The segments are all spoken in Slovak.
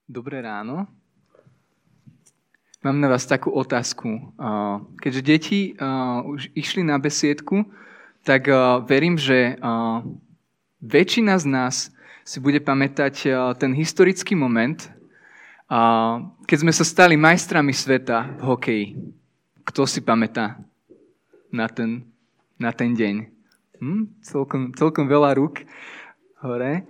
Dobré ráno. Mám na vás takú otázku. Keďže deti už išli na besiedku, tak verím, že väčšina z nás si bude pamätať ten historický moment, keď sme sa stali majstrami sveta v hokeji. Kto si pamätá na ten deň? Celkom veľa rúk hore.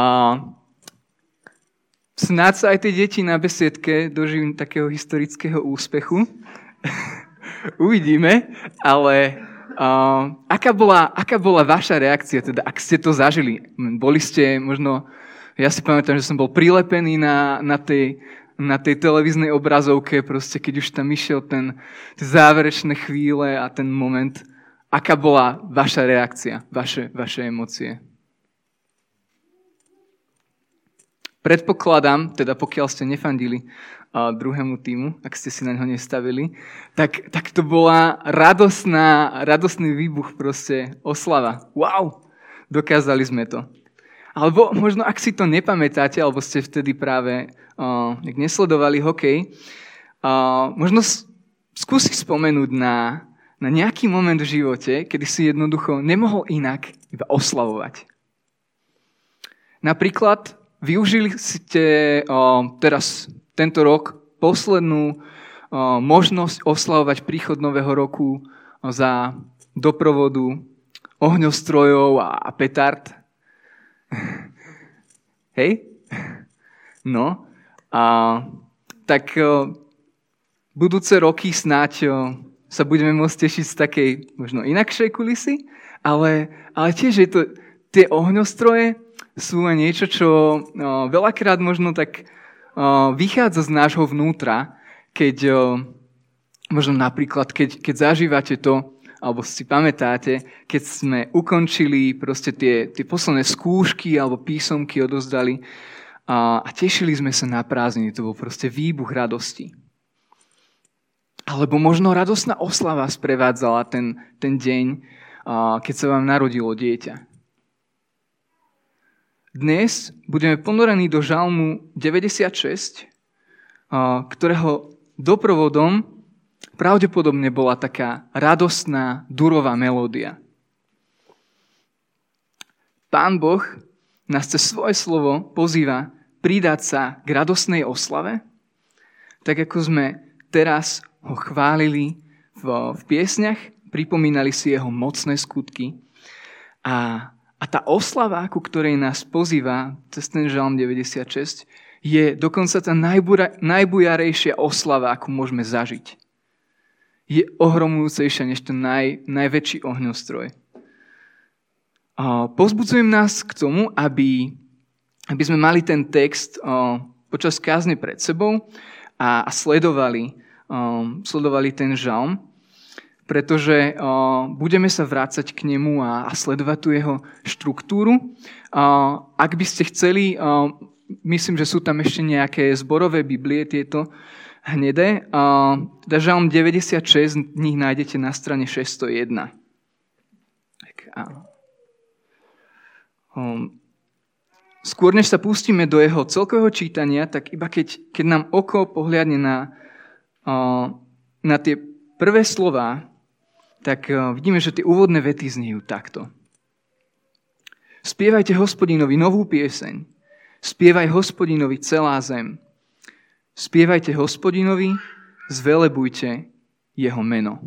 Snáď sa aj tie deti na besiedke dožijú takého historického úspechu. Uvidíme, ale aká bola vaša reakcia, teda ak ste to zažili? Boli ste možno, ja si pamätám, že som bol prilepený na tej televíznej obrazovke, proste keď už tam išiel tie záverečné chvíle a ten moment. Aká bola vaša reakcia, vaše emócie? Predpokladám, teda pokiaľ ste nefandili druhému tímu, ak ste si na ňo nestavili, tak to bola radosný výbuch, proste oslava. Wow, dokázali sme to. Alebo možno, ak si to nepamätáte, alebo ste vtedy práve nesledovali hokej, možno skúsi spomenúť na nejaký moment v živote, kedy si jednoducho nemohol inak iba oslavovať. Napríklad využili ste teraz tento rok poslednú možnosť oslavovať príchod nového roku za doprovodu ohňostrojov a petard. Hej? No. Tak budúce roky snáď sa budeme môcť tešiť z takej možno inakšej kulisy, ale tiež je to tie ohňostroje sú niečo, čo veľakrát možno tak vychádza z nášho vnútra, keď možno napríklad, keď zažívate to, alebo si pamätáte, keď sme ukončili proste tie posledné skúšky alebo písomky odozdali a tešili sme sa na prázdniny. To bol proste výbuch radosti. Alebo možno radostná oslava sprevádzala ten deň, keď sa vám narodilo dieťa. Dnes budeme ponorení do žalmu 96, ktorého doprovodom pravdepodobne bola taká radostná, durová melódia. Pán Boh nás cez svoje slovo pozýva pridať sa k radostnej oslave, tak ako sme teraz ho chválili v piesňach, pripomínali si jeho mocné skutky a tá oslava, ku ktorej nás pozýva cez ten žalm 96, je dokonca tá najbujarejšia oslava, akú môžeme zažiť. Je ohromujúcejšia než ten najväčší ohňostroj. Povzbudzujem nás k tomu, aby sme mali ten text počas kázne pred sebou a sledovali ten žalm, pretože budeme sa vrácať k nemu a sledovať tú jeho štruktúru. Ak by ste chceli, myslím, že sú tam ešte nejaké zborové Biblie, tieto hnedé. Teda žalm 96, v nich nájdete na strane 601. Skôr než sa pustíme do jeho celkového čítania, tak iba keď nám oko pohľadne na tie prvé slová, tak vidíme, že tie úvodné vety znejú takto. Spievajte Hospodinovi novú pieseň. Spievaj Hospodinovi celá zem. Spievajte Hospodinovi, zvelebujte jeho meno.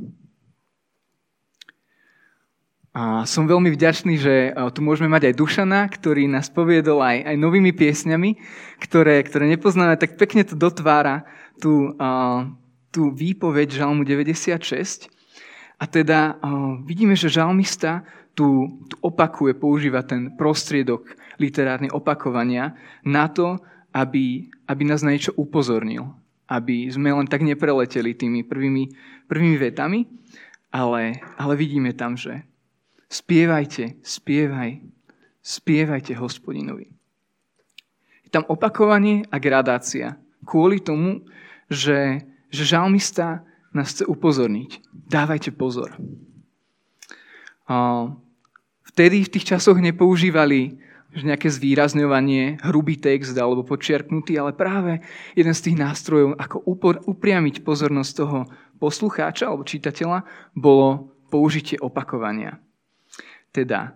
A som veľmi vďačný, že tu môžeme mať aj Dušana, ktorý nás poviedol aj novými piesňami, ktoré nepoznáme, tak pekne to dotvára tú výpoveď žalmu 96. A teda vidíme, že žalmista tu opakuje, používa ten prostriedok literárne opakovania na to, aby nás na niečo upozornil. Aby sme len tak nepreleteli tými prvými vetami, ale vidíme tam, že spievajte Hospodinovi. Je tam opakovanie a gradácia kvôli tomu, že žalmista nás chce upozorniť. Dávajte pozor. Vtedy v tých časoch nepoužívali nejaké zvýrazňovanie, hrubý text alebo podčiarknutý, ale práve jeden z tých nástrojov, ako upriamiť pozornosť toho poslucháča alebo čitateľa, bolo použitie opakovania. Teda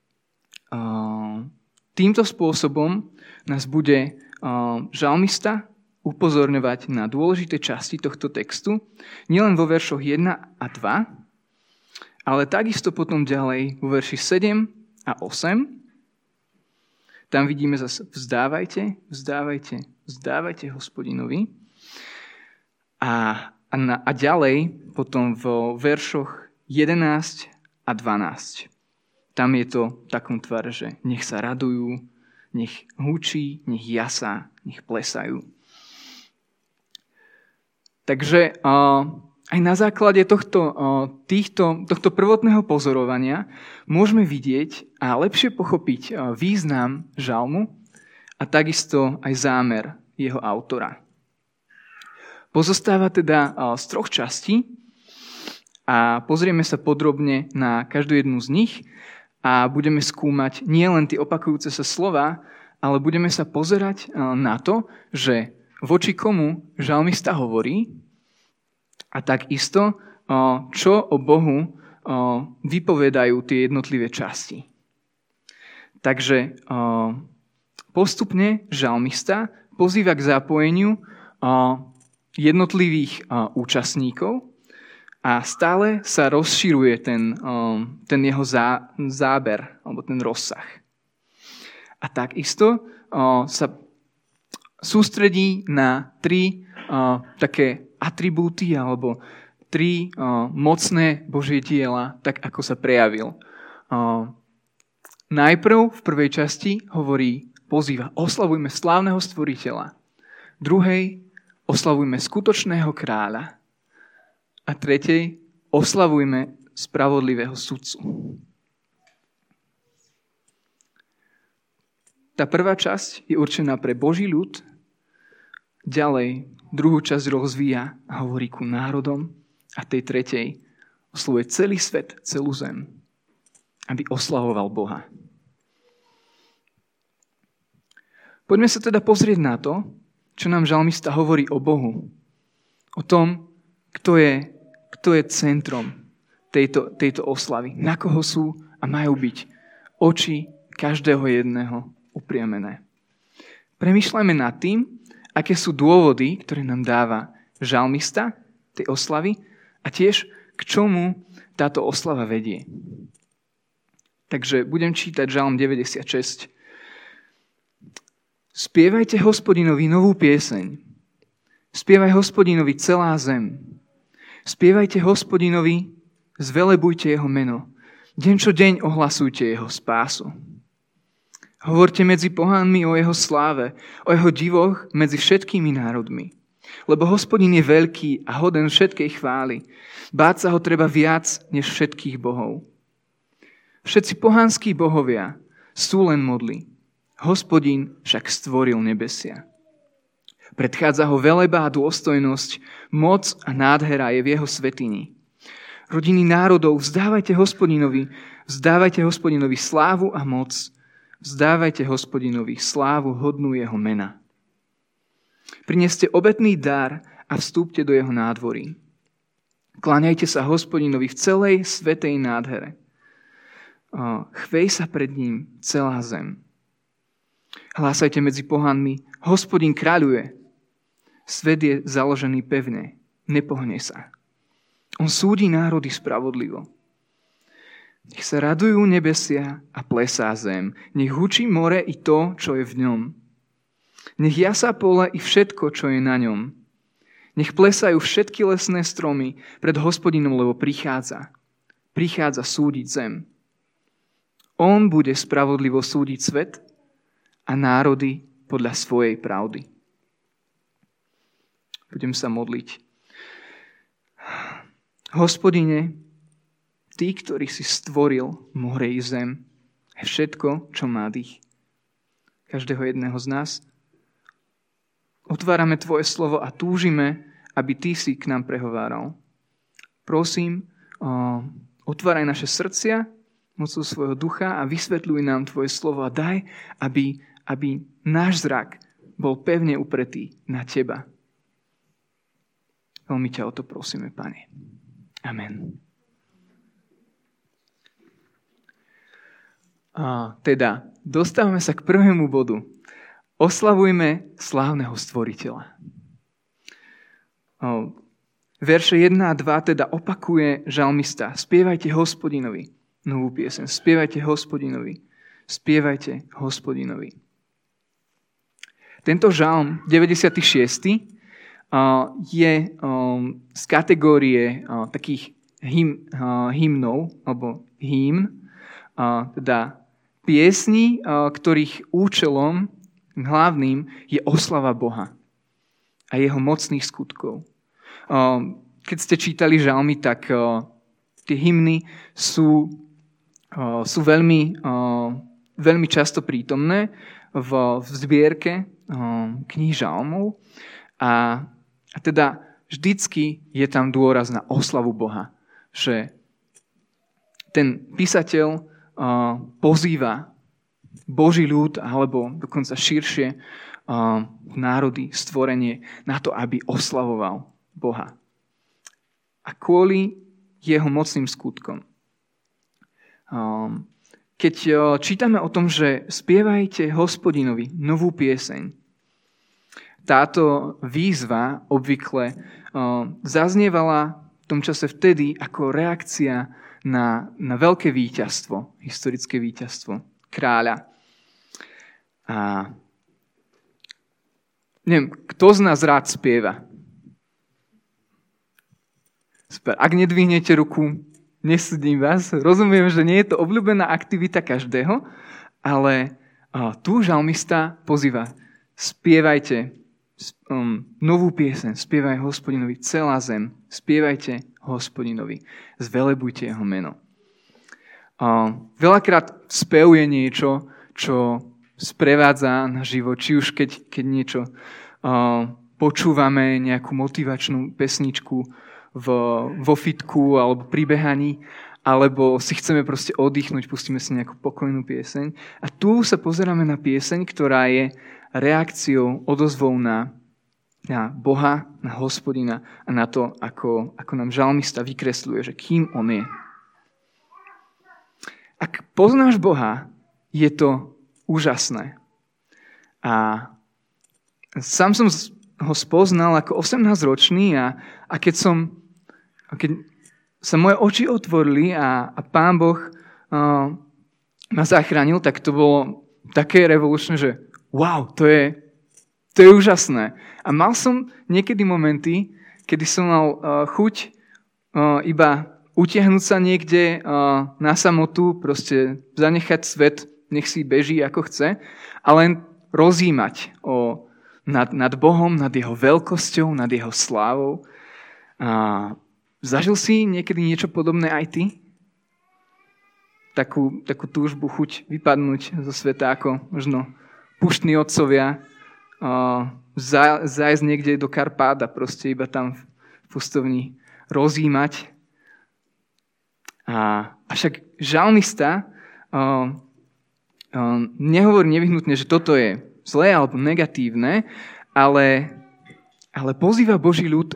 týmto spôsobom nás bude žalmista upozorňovať na dôležité časti tohto textu, nielen vo veršoch 1 a 2, ale takisto potom ďalej vo verši 7 a 8. Tam vidíme zase vzdávajte, vzdávajte, vzdávajte Hospodinovi. A ďalej potom vo veršoch 11 a 12. Tam je to v takom tvare, že nech sa radujú, nech hučí, nech jasá, nech plesajú. Takže aj na základe tohto prvotného pozorovania môžeme vidieť a lepšie pochopiť význam žalmu a takisto aj zámer jeho autora. Pozostáva teda z 3 častí a pozrieme sa podrobne na každú jednu z nich a budeme skúmať nielen tie opakujúce sa slova, ale budeme sa pozerať na to, že voči komu žalmista hovorí a takisto, čo o Bohu vypovedajú tie jednotlivé časti. Takže postupne žalmista pozýva k zapojeniu jednotlivých účastníkov a stále sa rozširuje ten jeho záber alebo ten rozsah. A takisto sa sústredí na 3 také atribúty alebo 3 mocné Božie diela, tak ako sa prejavil. Najprv v prvej časti pozýva, oslavujme slávneho stvoriteľa. Druhej, oslavujme skutočného kráľa. A tretej, oslavujme spravodlivého sudcu. Tá prvá časť je určená pre Boží ľud, ďalej druhú časť rozvíja a hovorí ku národom a tej tretej oslavuje celý svet, celú zem, aby oslavoval Boha. Poďme sa teda pozrieť na to, čo nám žalmista hovorí o Bohu. O tom, kto je centrom tejto oslavy. Na koho sú a majú byť oči každého jedného upriamené. Premýšľajme nad tým, aké sú dôvody, ktoré nám dáva žalmista tej oslavy a tiež k čomu táto oslava vedie. Takže budem čítať Žalm 96. Spievajte Hospodinovi novú pieseň. Spievaj Hospodinovi celá zem. Spievajte Hospodinovi, zvelebujte jeho meno. Deň čo deň ohlasujte jeho spásu. Hovorte medzi pohánmi o jeho sláve, o jeho divoch medzi všetkými národmi. Lebo Hospodin je veľký a hoden všetkej chvály. Báť sa ho treba viac než všetkých bohov. Všetci pohanskí bohovia sú len modly. Hospodin však stvoril nebesia. Predchádza ho veleba a dôstojnosť, moc a nádhera je v jeho svätyni. Rodiny národov, vzdávajte Hospodinovi slávu a moc. Vzdávajte Hospodinovi slávu hodnú jeho mena. Prineste obetný dar a vstúpte do jeho nádvorí. Kláňajte sa Hospodinovi v celej svätej nádhere. Chvej sa pred ním celá zem. Hlásajte medzi pohanmi, Hospodin kráľuje. Svet je založený pevne, nepohne sa. On súdi národy spravodlivo. Nech sa radujú nebesia a plesá zem. Nech hučí more i to, čo je v ňom. Nech jasá pole i všetko, čo je na ňom. Nech plesajú všetky lesné stromy pred Hospodinom, lebo prichádza. Prichádza súdiť zem. On bude spravodlivo súdiť svet a národy podľa svojej pravdy. Budem sa modliť. Hospodine, Ty, ktorý si stvoril more i zem, a všetko, čo má dých, každého jedného z nás, otvárame Tvoje slovo a túžime, aby Ty si k nám prehováral. Prosím, otváraj naše srdcia, mocou svojho ducha a vysvetľuj nám tvoje slovo a daj, aby náš zrak bol pevne upretý na teba. Veľmi ťa o to prosíme, Pane. Amen. Teda, dostávame sa k prvému bodu. Oslavujme slávneho Stvoriteľa. Verše 1 a 2 teda opakuje žalmista. Spievajte Hospodinovi novú pieseň. Spievajte Hospodinovi. Spievajte Hospodinovi. Tento žalm 96. Je z kategórie takých hymnov, alebo hymn, teda piesní, ktorých účelom hlavným je oslava Boha a jeho mocných skutkov. Keď ste čítali žalmy, tak tie hymny sú veľmi často prítomné v zbierke kníh žalmov a teda vždycky je tam dôraz na oslavu Boha, že ten písateľ pozýva Boží ľud alebo dokonca širšie národy, stvorenie na to, aby oslavoval Boha. A kvôli jeho mocným skutkom. Keď čítame o tom, že spievajte Hospodinovi novú pieseň, táto výzva obvykle zaznievala v tom čase vtedy ako reakcia na veľké víťazstvo, historické víťazstvo kráľa. A neviem, kto z nás rád spieva? Super. Ak nedvihnete ruku, nesúdim vás. Rozumiem, že nie je to obľúbená aktivita každého, ale tu žalmista pozýva. Spievajte novú pieseň. Spievaj Hospodinovi celá zem. Spievajte Hospodinovi. Zvelebujte jeho meno. Veľakrát spev je niečo, čo sprevádza na život. Či už keď niečo počúvame, nejakú motivačnú pesničku vo fitku alebo pri behaní, alebo si chceme proste oddychnúť, pustíme si nejakú pokojnú pieseň. A tu sa pozeráme na pieseň, ktorá je reakciou, odozvou na Boha, na Hospodina a na to, ako nám žalmista vykresľuje, že kým on je. Ak poznáš Boha, je to úžasné. A sám som ho spoznal ako 18-ročný a keď sa moje oči otvorili a Pán Boh ma zachránil, tak to bolo také revolučné, že wow, to je úžasné. A mal som niekedy momenty, kedy som mal chuť iba utiahnuť sa niekde na samotu, proste zanechať svet, nech si beží ako chce, a len rozjímať nad Bohom, nad jeho veľkosťou, nad jeho slávou. Zažil si niekedy niečo podobné aj ty? Takú túžbu, chuť vypadnúť zo sveta ako možno púštni otcovia, zájsť niekde do Karpát a proste iba tam v pustovni rozjímať. Avšak žalmista nehovorí nevyhnutne, že toto je zlé alebo negatívne, ale pozýva Boží ľud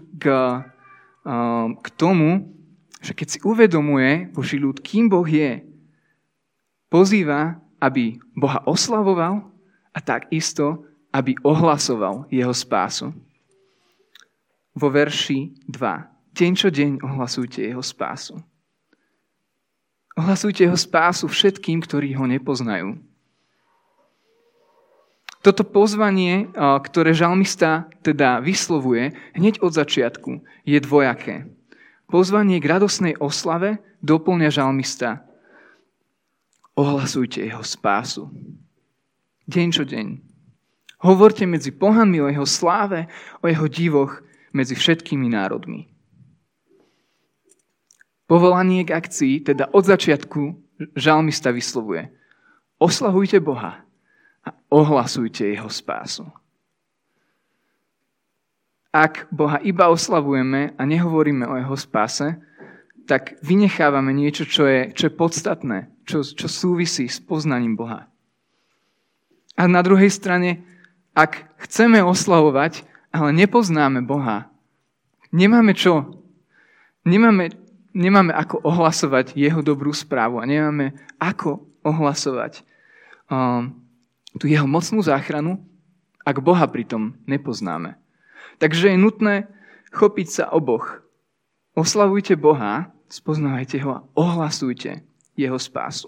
k tomu, že keď si uvedomuje Boží ľud, kým Boh je, pozýva, aby Boha oslavoval a takisto, aby ohlasoval jeho spásu. Vo verši 2. Deň čo deň ohlasujte jeho spásu. Ohlasujte jeho spásu všetkým, ktorí ho nepoznajú. Toto pozvanie, ktoré žalmista teda vyslovuje hneď od začiatku, je dvojaké. Pozvanie k radosnej oslave doplňa žalmista. Ohlasujte jeho spásu. Deň čo deň. Hovorte medzi pohanmi o jeho sláve, o jeho divoch medzi všetkými národmi. Povolanie k akcii, teda od začiatku žalmista vyslovuje. Oslavujte Boha a ohlasujte jeho spásu. Ak Boha iba oslavujeme a nehovoríme o jeho spáse, tak vynechávame niečo, čo je podstatné, čo súvisí s poznaním Boha. A na druhej strane, ak chceme oslavovať, ale nepoznáme Boha, nemáme ako ohlasovať jeho dobrú správu a nemáme ako ohlasovať tú jeho mocnú záchranu, ak Boha pritom nepoznáme. Takže je nutné chopiť sa oboch. Oslavujte Boha, spoznávajte ho a ohlasujte jeho spásu.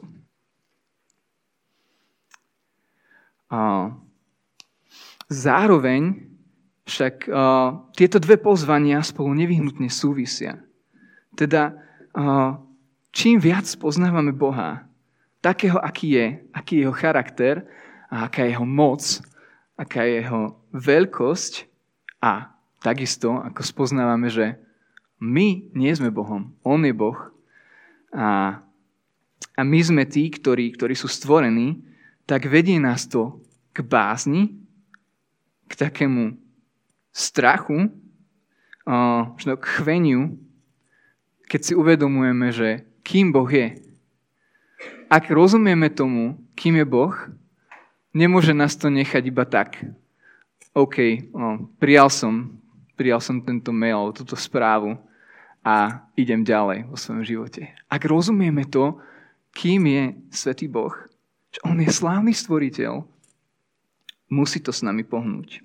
Zároveň však tieto dve pozvania spolu nevyhnutne súvisia. Teda čím viac poznávame Boha, takého, aký je jeho charakter a aká je jeho moc, aká je jeho veľkosť a takisto, ako spoznávame, že my nie sme Bohom, on je Boh a my sme tí, ktorí sú stvorení, tak vedie nás to k bázni, k takému strachu, k chveniu, keď si uvedomujeme, že kým Boh je. Ak rozumieme tomu, kým je Boh, nemôže nás to nechať iba tak. OK, prijal som tento mail, túto správu a idem ďalej vo svojom živote. Ak rozumieme to, kým je Svätý Boh, že on je slávny stvoriteľ, musí to s nami pohnúť.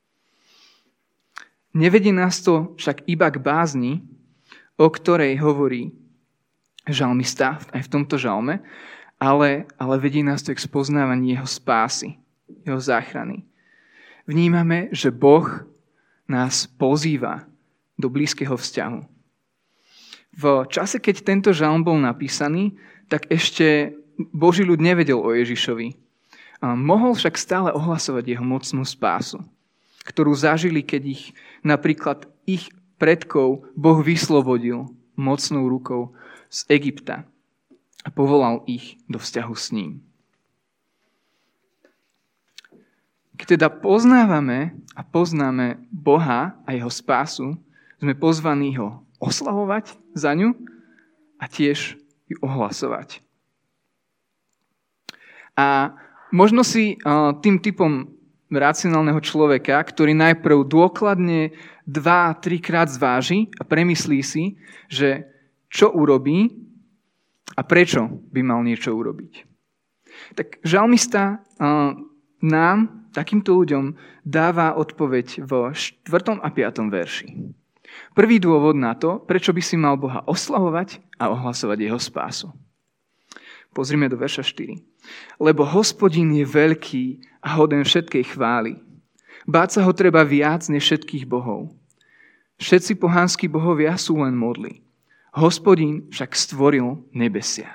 Nevedie nás to však iba k bázni, o ktorej hovorí žalmista aj v tomto žalme, ale vedie nás to k spoznávaniu jeho spásy, jeho záchrany. Vnímame, že Boh nás pozýva do blízkeho vzťahu. V čase, keď tento žalm bol napísaný, tak ešte Boží ľud nevedel o Ježišovi. Mohol však stále ohlasovať jeho mocnú spásu, ktorú zažili, keď napríklad ich predkov Boh vyslobodil mocnou rukou z Egypta a povolal ich do vzťahu s ním. Keď teda poznáme Boha a jeho spásu, sme pozvaní ho oslavovať za ňu a tiež ju ohlasovať. A možno si tým typom racionálneho človeka, ktorý najprv dôkladne 2-3 krát zváži a premyslí si, že čo urobí a prečo by mal niečo urobiť. Tak žalmista nám, takýmto ľuďom, dáva odpoveď vo 4. a 5. verši. Prvý dôvod na to, prečo by si mal Boha oslavovať a ohlasovať jeho spásu. Pozrime do verša 4. Lebo Hospodin je veľký a hoden všetkej chvály. Báť sa ho treba viac než všetkých bohov. Všetci pohanskí bohovia sú len modly. Hospodin však stvoril nebesia.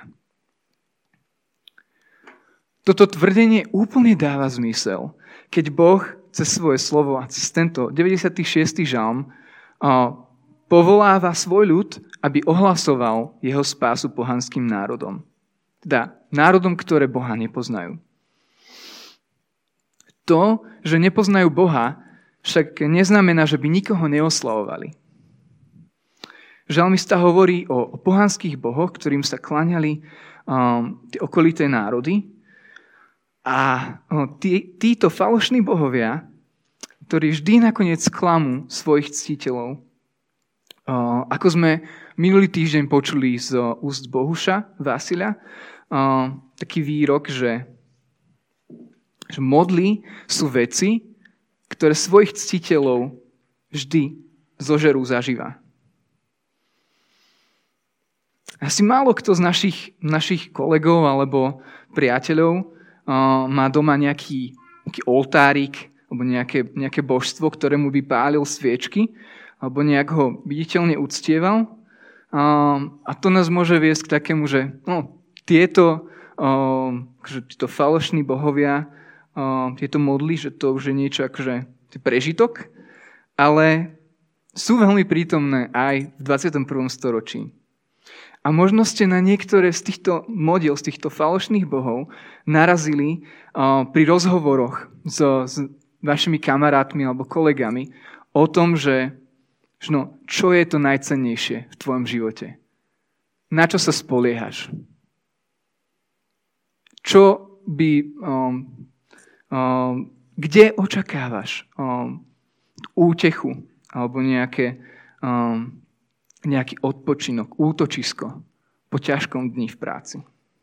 Toto tvrdenie úplne dáva zmysel, keď Boh cez svoje slovo a cez tento 96. žalm povoláva svoj ľud, aby ohlasoval jeho spásu pohanským národom. Teda národom, ktoré Boha nepoznajú. To, že nepoznajú Boha, však neznamená, že by nikoho neoslavovali. Žalmista hovorí o pohanských bohoch, ktorým sa kláňali tie okolité národy. A títo falošní bohovia, ktorí vždy nakoniec klamú svojich ctiteľov, ako sme minulý týždeň počuli z úst Bohuša Vasilia, taký výrok, že modly sú veci, ktoré svojich ctiteľov vždy zožerú zaživa. Asi málo kto z našich kolegov alebo priateľov má doma nejaký oltárik alebo nejaké božstvo, ktorému by pálil sviečky alebo nejak ho viditeľne uctieval. A to nás môže viesť k takému, že tieto falošní bohovia, tieto modly, že to už je niečo akože prežitok, ale sú veľmi prítomné aj v 21. storočí. A možno ste na niektoré z týchto modiel, z týchto falošných bohov narazili pri rozhovoroch s vašimi kamarátmi alebo kolegami o tom, že čo je to najcennejšie v tvojom živote. na čo sa spoliehaš? Čo by, kde očakávaš útechu alebo nejaký odpočinok, útočisko po ťažkom dni v práci?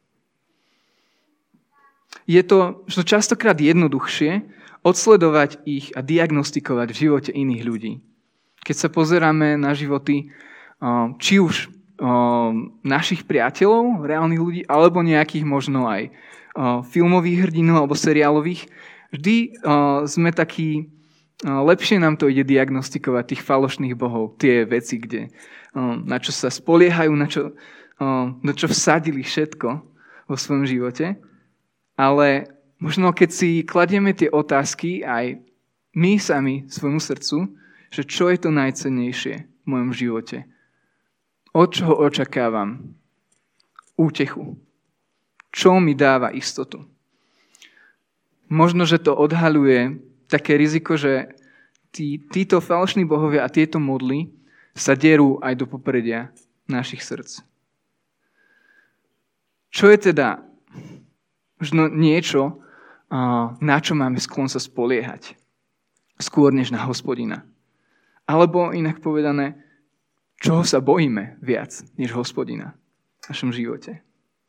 Je to častokrát jednoduchšie odsledovať ich a diagnostikovať v živote iných ľudí. Keď sa pozeráme na životy či už našich priateľov, reálnych ľudí, alebo nejakých možno aj filmových hrdinov alebo seriálových, vždy sme takí, lepšie nám to ide diagnostikovať tých falošných bohov, tie veci, na čo sa spoliehajú, na čo vsadili všetko vo svojom živote. Ale možno keď si kladieme tie otázky aj my sami svojmu srdcu, že čo je to najcennejšie v mojom živote, od čoho očakávam útechu, čo mi dáva istotu. Možno, že to odhaľuje také riziko, že títo falošní bohovia a tieto modly sa derú aj do popredia našich srdc. Čo je teda možno niečo, na čo máme sklon sa spoliehať, skôr než na Hospodina? Alebo inak povedané, čoho sa bojíme viac než Hospodina v našom živote?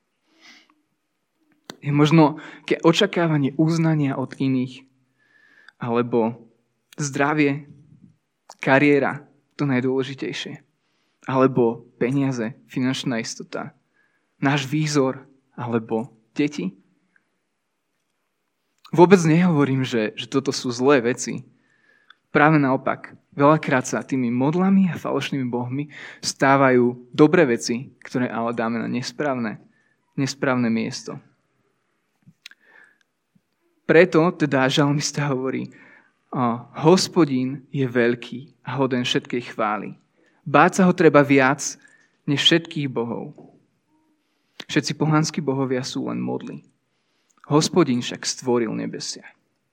Je možno očakávanie uznania od iných, alebo zdravie, kariéra, to najdôležitejšie, alebo peniaze, finančná istota, náš výzor, alebo deti. Vôbec nehovorím, že toto sú zlé veci. Práve naopak, veľakrát sa tými modlami a falošnými bohmi stávajú dobré veci, ktoré ale dáme na nesprávne miesto. Preto teda žalmista hovorí, Hospodín je veľký a hoden všetkej chvály. Báť sa ho treba viac než všetkých bohov. Všetci pohanskí bohovia sú len modly. Hospodín však stvoril nebesia.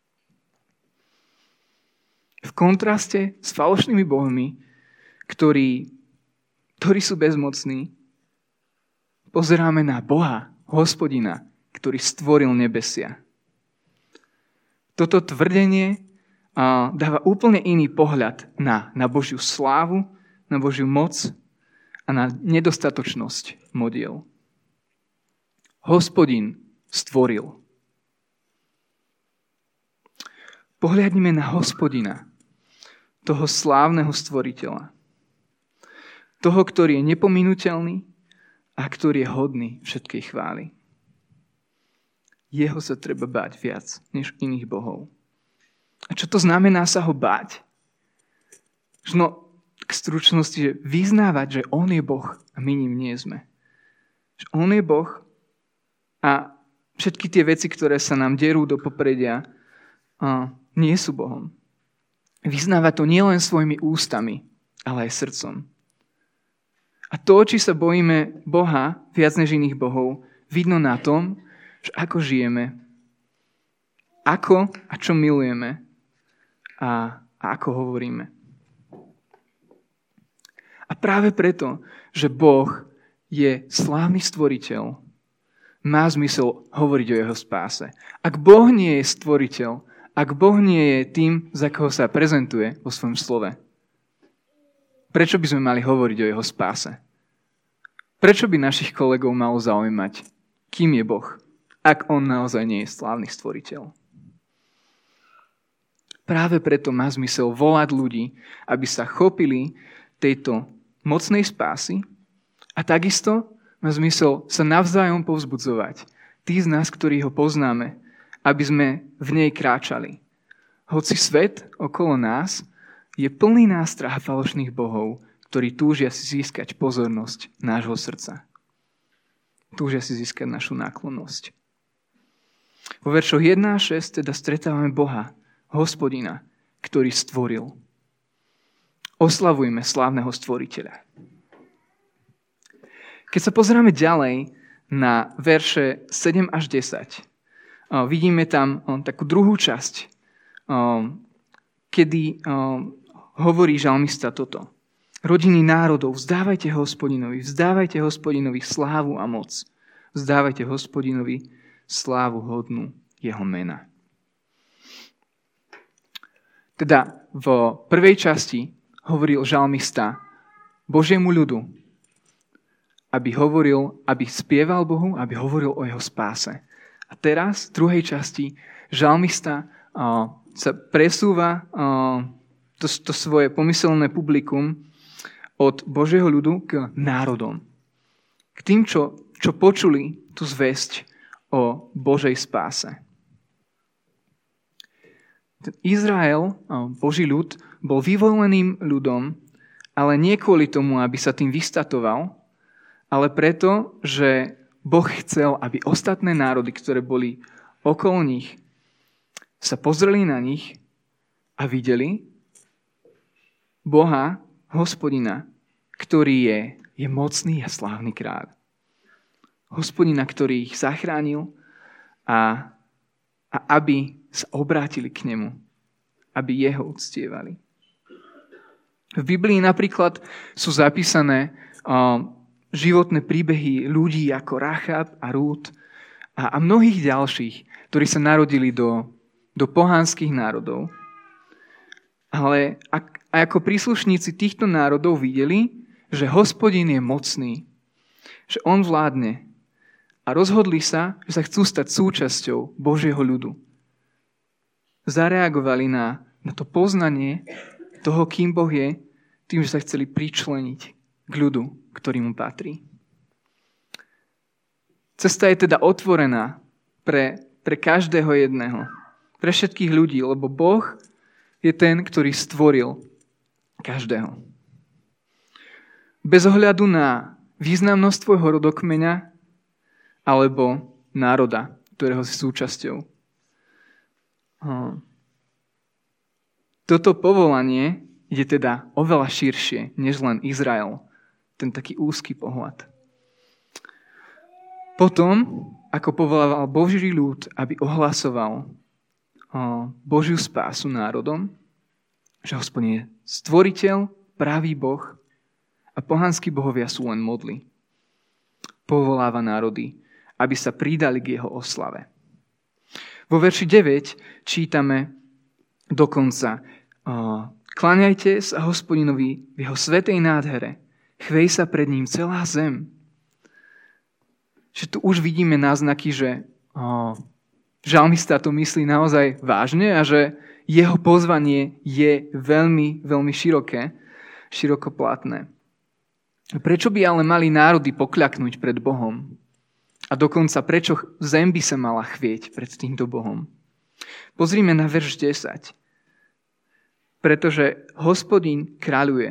V kontraste s falošnými bohmi, ktorí sú bezmocní, pozeráme na Boha, Hospodina, ktorý stvoril nebesia. Toto tvrdenie dáva úplne iný pohľad na Božiu slávu, na Božiu moc a na nedostatočnosť modiel. Hospodin stvoril. Pohľadnime na Hospodina, toho slávneho stvoriteľa. Toho, ktorý je nepominuteľný a ktorý je hodný všetkej chvály. Jeho sa treba báť viac než iných bohov. A čo to znamená sa ho báť? No, k stručnosti, že vyznávať, že on je Boh a my ním nie sme. Že on je Boh a všetky tie veci, ktoré sa nám derú do popredia, nie sú Bohom. Vyznávať to nielen svojimi ústami, ale aj srdcom. A to, či sa bojíme Boha viac než iných bohov, vidno na tom, že ako žijeme, ako a čo milujeme a ako hovoríme. A práve preto, že Boh je slávny stvoriteľ, má zmysel hovoriť o jeho spáse. Ak Boh nie je stvoriteľ, ak Boh nie je tým, za koho sa prezentuje vo svojom slove, prečo by sme mali hovoriť o jeho spáse? Prečo by našich kolegov malo zaujímať, kým je Boh, ak on naozaj nie je slávny stvoriteľ? Práve preto má zmysel volať ľudí, aby sa chopili tejto mocnej spásy a takisto má zmysel sa navzájom povzbudzovať. Tí z nás, ktorí ho poznáme, aby sme v nej kráčali. Hoci svet okolo nás je plný nástrah falošných bohov, ktorí túžia si získať pozornosť nášho srdca. Túžia si získať našu náklonnosť. Vo veršoch 1 a 6 teda stretávame Boha, Hospodina, ktorý stvoril. Oslavujme slávneho stvoriteľa. Keď sa pozeráme ďalej na verše 7 až 10, vidíme tam takú druhú časť, kedy hovorí žalmista toto. rodiny národov, vzdávajte Hospodinovi slávu a moc. Vzdávajte Hospodinovi slávu hodnú jeho mena. Teda v prvej časti hovoril žalmista Božiemu ľudu, aby spieval Bohu, aby hovoril o jeho spáse. A teraz v druhej časti žalmista sa presúva to svoje pomyselné publikum od Božieho ľudu k národom. K tým, čo počuli tú zvesť o Božej spáse. Izrael, Boží ľud, bol vyvoleným ľudom, ale nie kvôli tomu, aby sa tým vystatoval, ale preto, že Boh chcel, aby ostatné národy, ktoré boli okolo nich, sa pozreli na nich a videli Boha, Hospodina, ktorý je mocný a slávny kráľ. Hospodina, ktorý ich zachránil a aby sa obrátili k nemu, aby jeho uctievali. V Biblii napríklad sú zapísané životné príbehy ľudí ako Rachab a Rút a mnohých ďalších, ktorí sa narodili do pohanských národov. Ale ako príslušníci týchto národov videli, že Hospodin je mocný, že on vládne a rozhodli sa, že sa chcú stať súčasťou Božieho ľudu. Zareagovali na to poznanie toho, kým Boh je, tým, že sa chceli pričleniť k ľudu, ktorý mu patrí. Cesta je teda otvorená pre každého jedného, pre všetkých ľudí, lebo Boh je ten, ktorý stvoril každého. Bez ohľadu na významnosť tvojho rodokmeňa alebo národa, ktorého si súčasťou. Toto povolanie ide teda oveľa širšie, než len Izrael. Ten taký úzky pohľad. Potom, ako povolával Boží ľud, aby ohlasoval Božiu spásu národom, že Hospodin je stvoriteľ, pravý Boh a pohanskí bohovia sú len modly. Povoláva národy, aby sa pridali k jeho oslave. Vo verši 9 čítame dokonca: kláňajte sa Hospodinovi v jeho svätej nádhere, chvej sa pred ním celá zem. Že tu už vidíme náznaky, že žalmista to myslí naozaj vážne a že jeho pozvanie je veľmi, veľmi širokoplatné. Prečo by ale mali národy pokľaknúť pred Bohom? A dokonca prečo zem by sa mala chvieť pred týmto Bohom? Pozrime na verš 10. Pretože Hospodin kráľuje.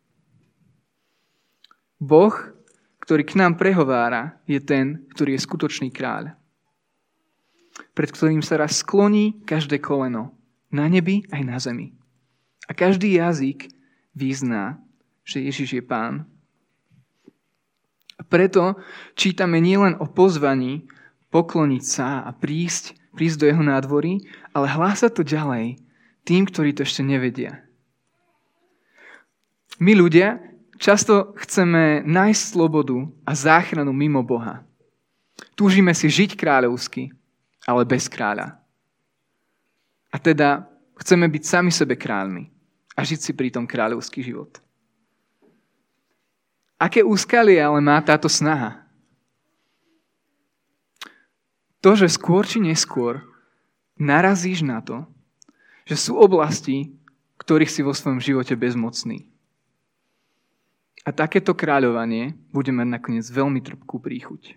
Boh, ktorý k nám prehovára, je ten, ktorý je skutočný kráľ. Pred ktorým sa raz skloní každé koleno, na nebi aj na zemi. A každý jazyk vyzná, že Ježiš je Pán. A preto čítame nielen o pozvaní pokloniť sa a prísť do jeho nádvorí, ale hlása to ďalej tým, ktorí to ešte nevedia. My ľudia často chceme nájsť slobodu a záchranu mimo Boha. Túžime si žiť kráľovsky, ale bez kráľa. A teda chceme byť sami sebe kráľmi a žiť si pritom kráľovský život. Aké úskalie ale má táto snaha? To, že skôr či neskôr narazíš na to, že sú oblasti, ktorých si vo svojom živote bezmocný. A takéto kráľovanie bude mať nakoniec veľmi trpkú príchuť.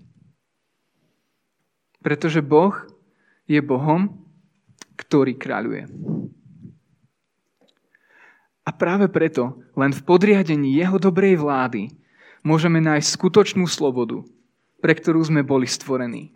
Pretože Boh je Bohom, ktorý kráľuje. A práve preto len v podriadení jeho dobrej vlády môžeme nájsť skutočnú slobodu, pre ktorú sme boli stvorení.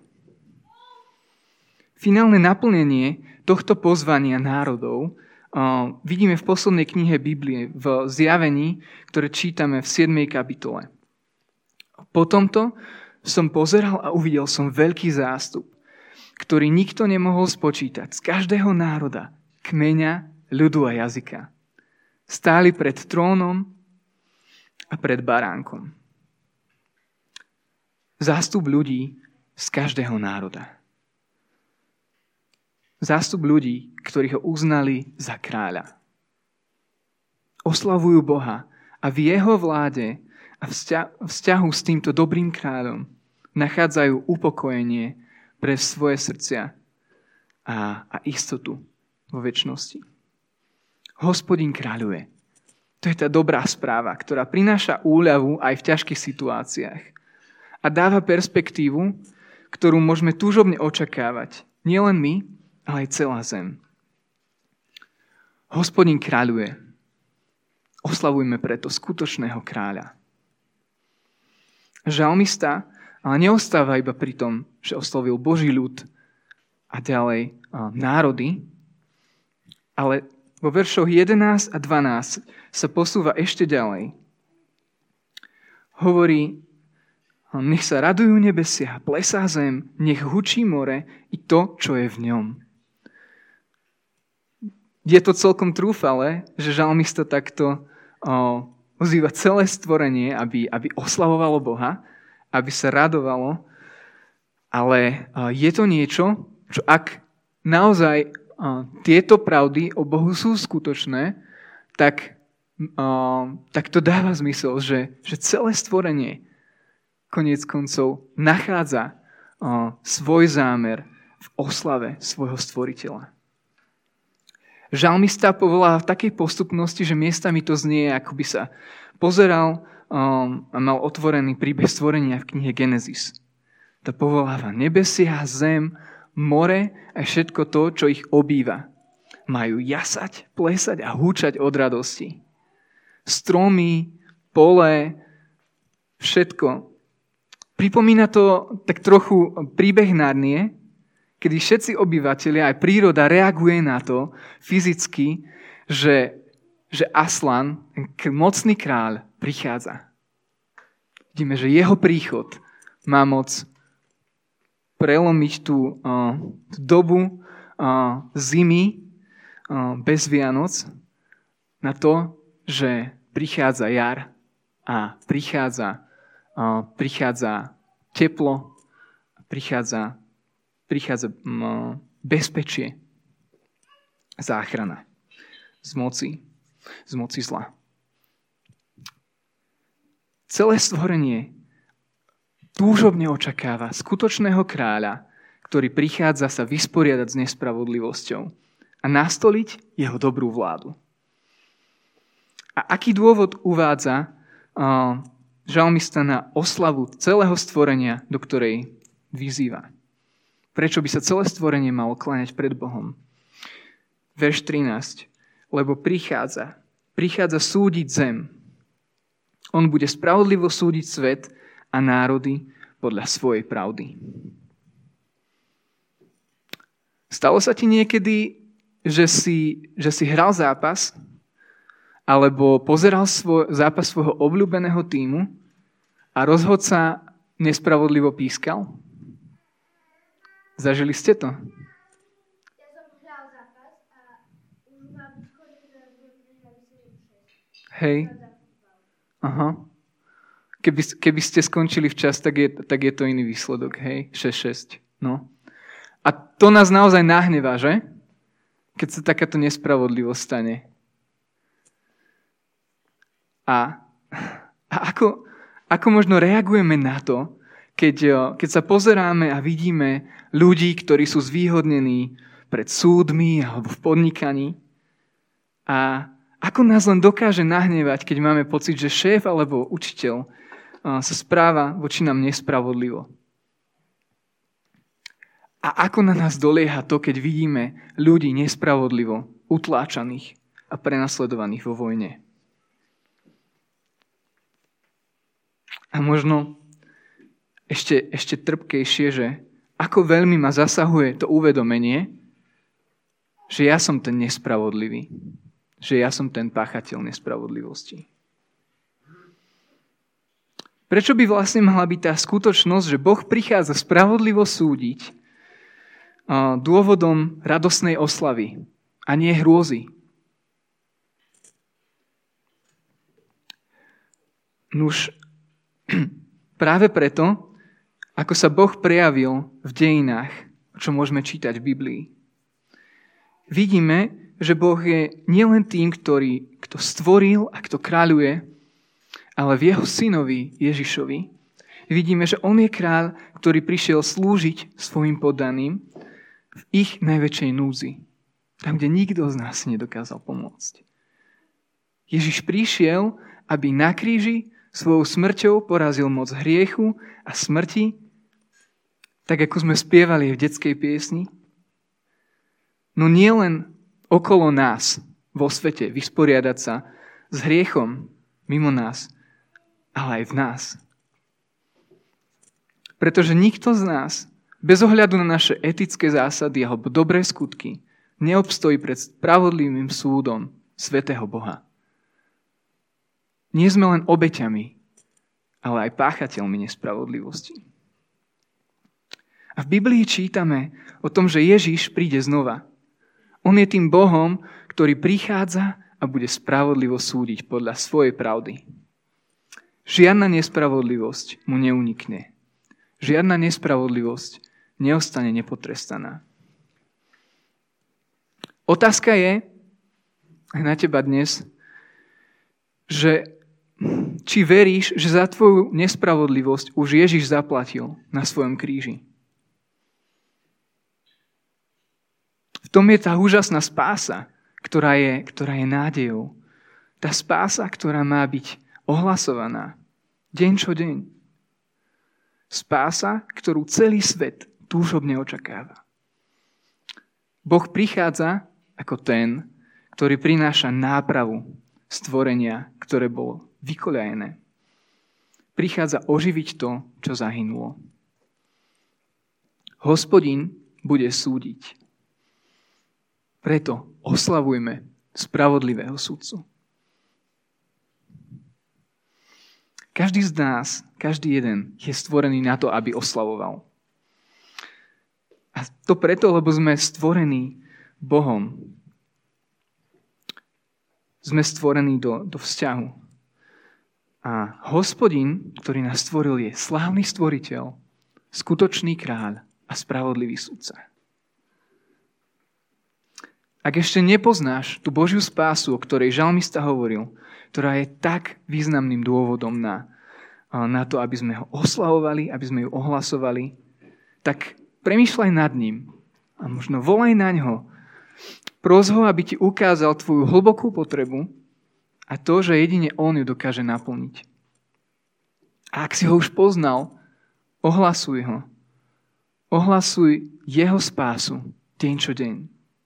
Finálne naplnenie tohto pozvania národov vidíme v poslednej knihe Biblie, v Zjavení, ktoré čítame v 7. kapitole. Po tomto som pozeral a uvidel som veľký zástup, ktorý nikto nemohol spočítať, z každého národa, kmeňa, ľudu a jazyka. Stáli pred trónom a pred baránkom. Zástup ľudí z každého národa. Zástup ľudí, ktorí ho uznali za kráľa. Oslavujú Boha a v jeho vláde a vzťahu s týmto dobrým kráľom nachádzajú upokojenie pre svoje srdcia a istotu vo večnosti. Hospodin kráľuje. To je tá dobrá správa, ktorá prináša úľavu aj v ťažkých situáciách a dáva perspektívu, ktorú môžeme túžobne očakávať. Nielen my, ale aj celá zem. Hospodin kráľuje. Oslavujme preto skutočného kráľa. Žalmista ale neostáva iba pri tom, že oslovil Boží ľud a ďalej národy, ale vo veršoch 11 a 12 sa posúva ešte ďalej. Hovorí, nech sa radujú nebesia, plesá zem, nech hučí more i to, čo je v ňom. Je to celkom trúfale, že žalmista takto ozýva celé stvorenie, aby oslavovalo Boha, aby sa radovalo, ale je to niečo, čo ak naozaj tieto pravdy o Bohu sú skutočné, tak to dáva zmysel, že celé stvorenie koniec koncov nachádza svoj zámer v oslave svojho stvoriteľa. Žalmista povolá v takej postupnosti, že miestami to znie, ako by sa pozeral a mal otvorený príbeh stvorenia v knihe Genesis. To povoláva nebesia, zem, more a všetko to, čo ich obýva. Majú jasať, plesať a húčať od radosti. Stromy, pole, všetko. Pripomína to tak trochu príbeh Narnie, kedy všetci obyvatelia, aj príroda reaguje na to fyzicky, že Aslan, ten mocný kráľ, prichádza. Vidíme, že jeho príchod má moc prelomiť tú dobu zimy bez Vianoc na to, že prichádza jar a prichádza teplo, prichádza bezpečie, záchrana z moci zla. Celé stvorenie túžobne očakáva skutočného kráľa, ktorý prichádza sa vysporiadať s nespravodlivosťou a nastoliť jeho dobrú vládu. A aký dôvod uvádza žalmista na oslavu celého stvorenia, do ktorej vyzýva? Prečo by sa celé stvorenie malo kláňať pred Bohom? Verš 13. Lebo prichádza súdiť zem. On bude spravodlivo súdiť svet a národy podľa svojej pravdy. Stalo sa ti niekedy, že si hral zápas alebo pozeral zápas svojho obľúbeného tímu a rozhodca nespravodlivo pískal? Zažili ste to? Ja som hral zápas a už mám skôr Hej. Aha. Keby ste skončili včas, tak je to iný výsledok. Hej, 6-6. No. A to nás naozaj nahnevá, že? Keď sa takáto nespravodlivosť stane. A ako možno reagujeme na to, keď sa pozeráme a vidíme ľudí, ktorí sú zvýhodnení pred súdmi alebo v podnikaní. A ako nás len dokáže nahnevať, keď máme pocit, že šéf alebo učiteľ sa správa voči nám nespravodlivo. A ako na nás dolieha to, keď vidíme ľudí nespravodlivo utláčaných a prenasledovaných vo vojne. A možno ešte trpkejšie, že ako veľmi ma zasahuje to uvedomenie, že ja som ten nespravodlivý. Že ja som ten páchateľ nespravodlivosti. Prečo by vlastne mala byť tá skutočnosť, že Boh prichádza spravodlivo súdiť dôvodom radosnej oslavy a nie hrôzy? Nuž, práve preto, ako sa Boh prejavil v dejinách, čo môžeme čítať v Biblii, vidíme, že Boh je nielen tým, kto stvoril a kto kráľuje, ale v jeho synovi Ježišovi vidíme, že on je kráľ, ktorý prišiel slúžiť svojim poddaným v ich najväčšej núzi. Tam, kde nikto z nás nedokázal pomôcť. Ježiš prišiel, aby na kríži svojou smrťou porazil moc hriechu a smrti, tak ako sme spievali v detskej piesni. No nie len okolo nás vo svete vysporiadať sa s hriechom mimo nás, ale aj v nás. Pretože nikto z nás, bez ohľadu na naše etické zásady alebo dobré skutky, neobstojí pred spravodlivým súdom svätého Boha. Nie sme len obeťami, ale aj páchateľmi nespravodlivosti. A v Biblii čítame o tom, že Ježiš príde znova. On je tým Bohom, ktorý prichádza a bude spravodlivo súdiť podľa svojej pravdy. Žiadna nespravodlivosť mu neunikne. Žiadna nespravodlivosť neostane nepotrestaná. Otázka je aj na teba dnes, že či veríš, že za tvoju nespravodlivosť už Ježiš zaplatil na svojom kríži. V tom je tá úžasná spása, ktorá je nádejou. Tá spása, ktorá má byť ohlasovaná deň čo deň. Spása, ktorú celý svet túžobne očakáva. Boh prichádza ako ten, ktorý prináša nápravu stvorenia, ktoré bolo vykoľajené. Prichádza oživiť to, čo zahynulo. Hospodin bude súdiť. Preto oslavujme spravodlivého sudcu. Každý z nás, každý jeden je stvorený na to, aby oslavoval. A to preto, lebo sme stvorení Bohom. Sme stvorení do vzťahu. A Hospodin, ktorý nás stvoril, je slávny stvoriteľ, skutočný kráľ a spravodlivý sudca. Ak ešte nepoznáš tú Božiu spásu, o ktorej žalmista hovoril, ktorá je tak významným dôvodom na to, aby sme ho oslavovali, aby sme ju ohlasovali, tak premýšľaj nad ním a možno volaj na ňo. Pros ho, aby ti ukázal tvoju hlbokú potrebu a to, že jedine on ju dokáže naplniť. A ak si ho už poznal, ohlasuj ho. Ohlasuj jeho spásu deň čo deň.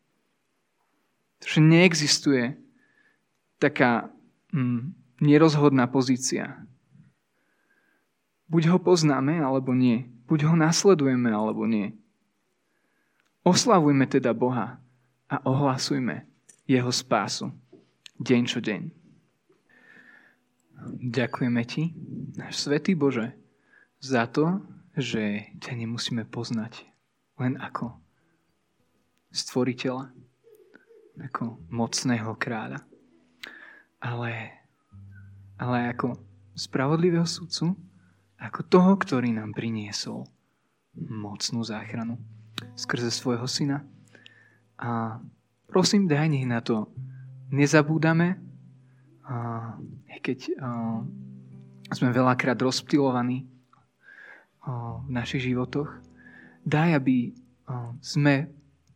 Že neexistuje taká nerozhodná pozícia. Buď ho poznáme, alebo nie. Buď ho nasledujeme, alebo nie. Oslavujme teda Boha a ohlasujme jeho spásu deň čo deň. Ďakujeme ti, náš svätý Bože, za to, že ťa nemusíme poznať len ako stvoriteľa, ako mocného kráľa, ale ako spravodlivého sudcu, ako toho, ktorý nám priniesol mocnú záchranu skrze svojho syna. A prosím, daj, nech na to nezabúdame, keď sme veľakrát rozptylovaní v našich životoch. Daj, aby sme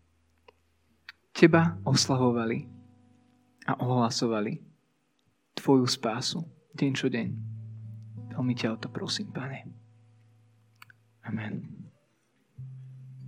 teba oslavovali a ohlasovali tvoju spásu deň čo deň. Veľmi ťa o to prosím, Pane. Amen.